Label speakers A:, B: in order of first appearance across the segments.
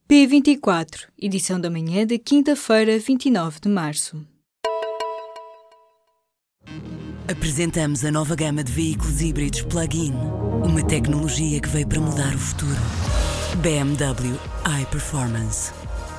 A: P24, edição da manhã de quinta-feira, 29 de março.
B: Apresentamos a nova gama de veículos híbridos plug-in. Uma tecnologia que veio para mudar o futuro. BMW iPerformance.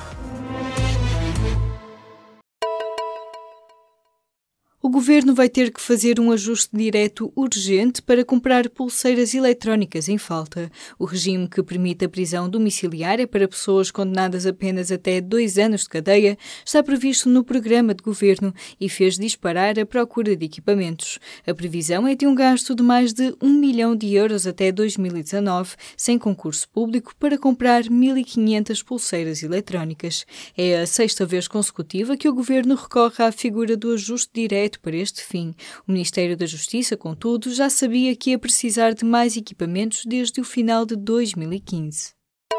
A: O Governo vai ter que fazer um ajuste direto urgente para comprar pulseiras eletrónicas em falta. O regime que permite a prisão domiciliária para pessoas condenadas apenas até 2 anos de cadeia está previsto no programa de Governo e fez disparar a procura de equipamentos. A previsão é de um gasto de mais de 1 milhão de euros até 2019, sem concurso público, para comprar 1.500 pulseiras eletrónicas. É a 6ª vez consecutiva que o Governo recorre à figura do ajuste direto para este fim. O Ministério da Justiça, contudo, já sabia que ia precisar de mais equipamentos desde o final de 2015.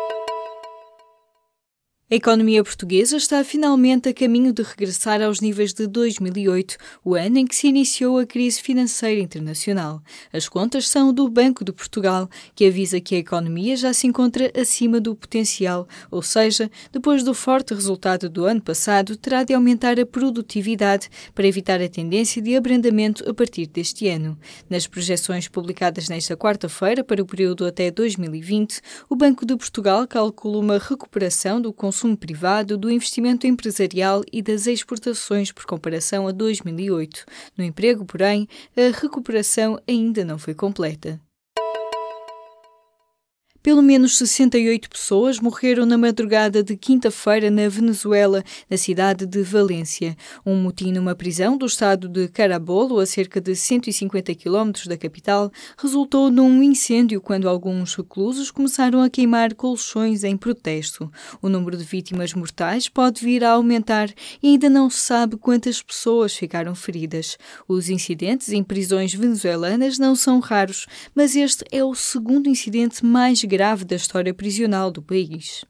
A: A economia portuguesa está finalmente a caminho de regressar aos níveis de 2008, o ano em que se iniciou a crise financeira internacional. As contas são do Banco de Portugal, que avisa que a economia já se encontra acima do potencial, ou seja, depois do forte resultado do ano passado, terá de aumentar a produtividade para evitar a tendência de abrandamento a partir deste ano. Nas projeções publicadas nesta quarta-feira para o período até 2020, o Banco de Portugal calcula uma recuperação do consumo privado, do investimento empresarial e das exportações por comparação a 2008. No emprego, porém, a recuperação ainda não foi completa. Pelo menos 68 pessoas morreram na madrugada de quinta-feira na Venezuela, na cidade de Valência. Um motim numa prisão do estado de Carabobo, a cerca de 150 km da capital, resultou num incêndio quando alguns reclusos começaram a queimar colchões em protesto. O número de vítimas mortais pode vir a aumentar e ainda não se sabe quantas pessoas ficaram feridas. Os incidentes em prisões venezuelanas não são raros, mas este é o segundo incidente mais grave da história prisional do país.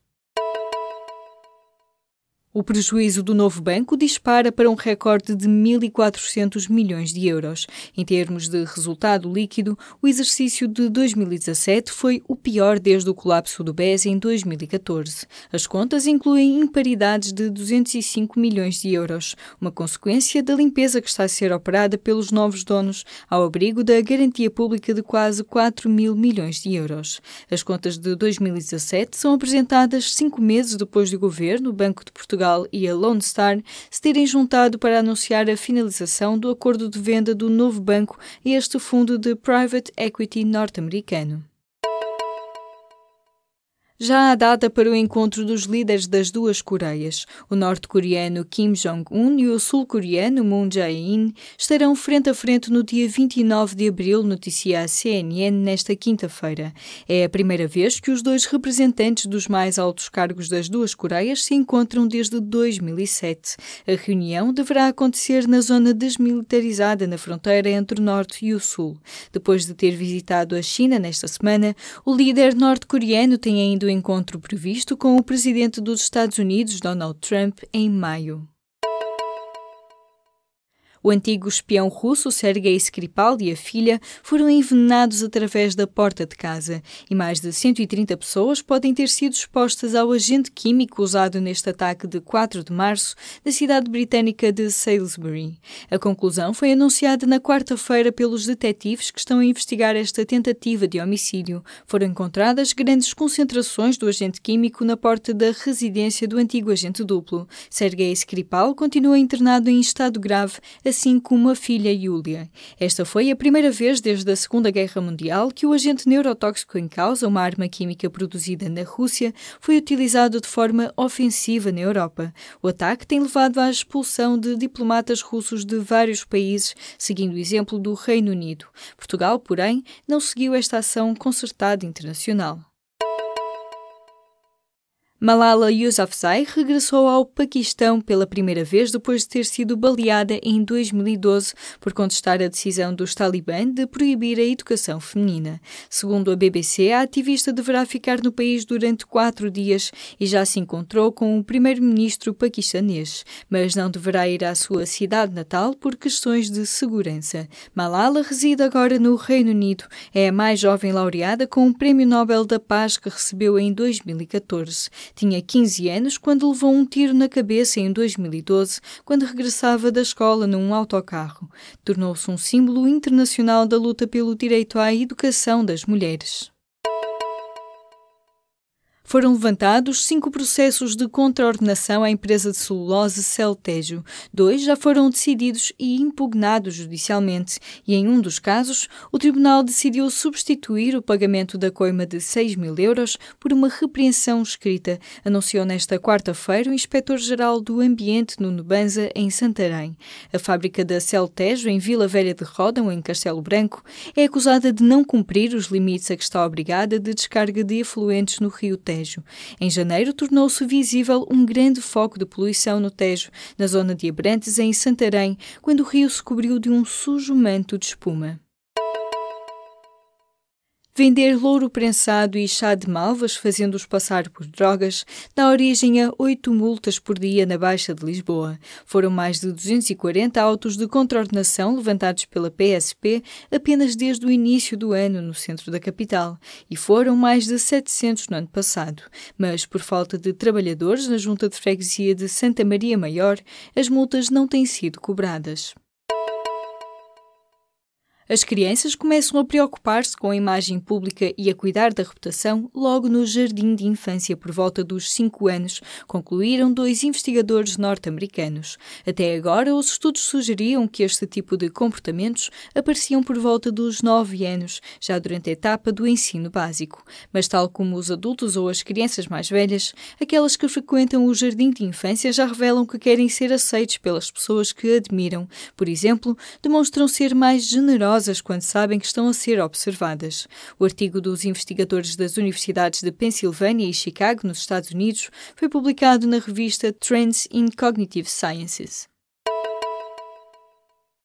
A: O prejuízo do novo banco dispara para um recorde de 1.400 milhões de euros. Em termos de resultado líquido, o exercício de 2017 foi o pior desde o colapso do BES em 2014. As contas incluem imparidades de 205 milhões de euros, uma consequência da limpeza que está a ser operada pelos novos donos, ao abrigo da garantia pública de quase 4.000 milhões de euros. As contas de 2017 são apresentadas 5 meses depois do Governo, Banco de Portugal e a Lone Star se terem juntado para anunciar a finalização do acordo de venda do novo banco a este fundo de private equity norte-americano. Já há data para o encontro dos líderes das duas Coreias. O norte-coreano Kim Jong-un e o sul-coreano Moon Jae-in estarão frente a frente no dia 29 de abril, noticia a CNN nesta quinta-feira. É a primeira vez que os dois representantes dos mais altos cargos das duas Coreias se encontram desde 2007. A reunião deverá acontecer na zona desmilitarizada na fronteira entre o norte e o sul. Depois de ter visitado a China nesta semana, o líder norte-coreano tem ainda encontro previsto com o presidente dos Estados Unidos, Donald Trump, em maio. O antigo espião russo Sergei Skripal e a filha foram envenenados através da porta de casa e mais de 130 pessoas podem ter sido expostas ao agente químico usado neste ataque de 4 de março na cidade britânica de Salisbury. A conclusão foi anunciada na quarta-feira pelos detetives que estão a investigar esta tentativa de homicídio. Foram encontradas grandes concentrações do agente químico na porta da residência do antigo agente duplo. Sergei Skripal continua internado em estado grave, assim como a filha Yulia. Esta foi a primeira vez desde a Segunda Guerra Mundial que o agente neurotóxico em causa, uma arma química produzida na Rússia, foi utilizado de forma ofensiva na Europa. O ataque tem levado à expulsão de diplomatas russos de vários países, seguindo o exemplo do Reino Unido. Portugal, porém, não seguiu esta ação concertada internacional. Malala Yousafzai regressou ao Paquistão pela primeira vez depois de ter sido baleada em 2012 por contestar a decisão dos Talibã de proibir a educação feminina. Segundo a BBC, a ativista deverá ficar no país durante 4 dias e já se encontrou com o primeiro-ministro paquistanês, mas não deverá ir à sua cidade natal por questões de segurança. Malala reside agora no Reino Unido. É a mais jovem laureada com o Prémio Nobel da Paz que recebeu em 2014. Tinha 15 anos quando levou um tiro na cabeça em 2012, quando regressava da escola num autocarro. Tornou-se um símbolo internacional da luta pelo direito à educação das mulheres. Foram levantados 5 processos de contraordenação à empresa de celulose Celtejo. 2 já foram decididos e impugnados judicialmente e, em um dos casos, o tribunal decidiu substituir o pagamento da coima de 6.000 euros por uma repreensão escrita, anunciou nesta quarta-feira o inspetor-geral do Ambiente Nuno Banza, em Santarém. A fábrica da Celtejo, em Vila Velha de Ródão, em Castelo Branco, é acusada de não cumprir os limites a que está obrigada de descarga de efluentes no rio Tejo. Em janeiro, tornou-se visível um grande foco de poluição no Tejo, na zona de Abrantes, em Santarém, quando o rio se cobriu de um sujo manto de espuma. Vender louro prensado e chá de malvas, fazendo-os passar por drogas, dá origem a 8 multas por dia na Baixa de Lisboa. Foram mais de 240 autos de contraordenação levantados pela PSP apenas desde o início do ano no centro da capital, e foram mais de 700 no ano passado. Mas, por falta de trabalhadores na Junta de Freguesia de Santa Maria Maior, as multas não têm sido cobradas. As crianças começam a preocupar-se com a imagem pública e a cuidar da reputação logo no jardim de infância por volta dos 5 anos, concluíram 2 investigadores norte-americanos. Até agora, os estudos sugeriam que este tipo de comportamentos apareciam por volta dos 9 anos, já durante a etapa do ensino básico. Mas, tal como os adultos ou as crianças mais velhas, aquelas que frequentam o jardim de infância já revelam que querem ser aceitos pelas pessoas que admiram. Por exemplo, demonstram ser mais generosas quando sabem que estão a ser observadas. O artigo dos investigadores das universidades de Pensilvânia e Chicago, nos Estados Unidos, foi publicado na revista Trends in Cognitive Sciences.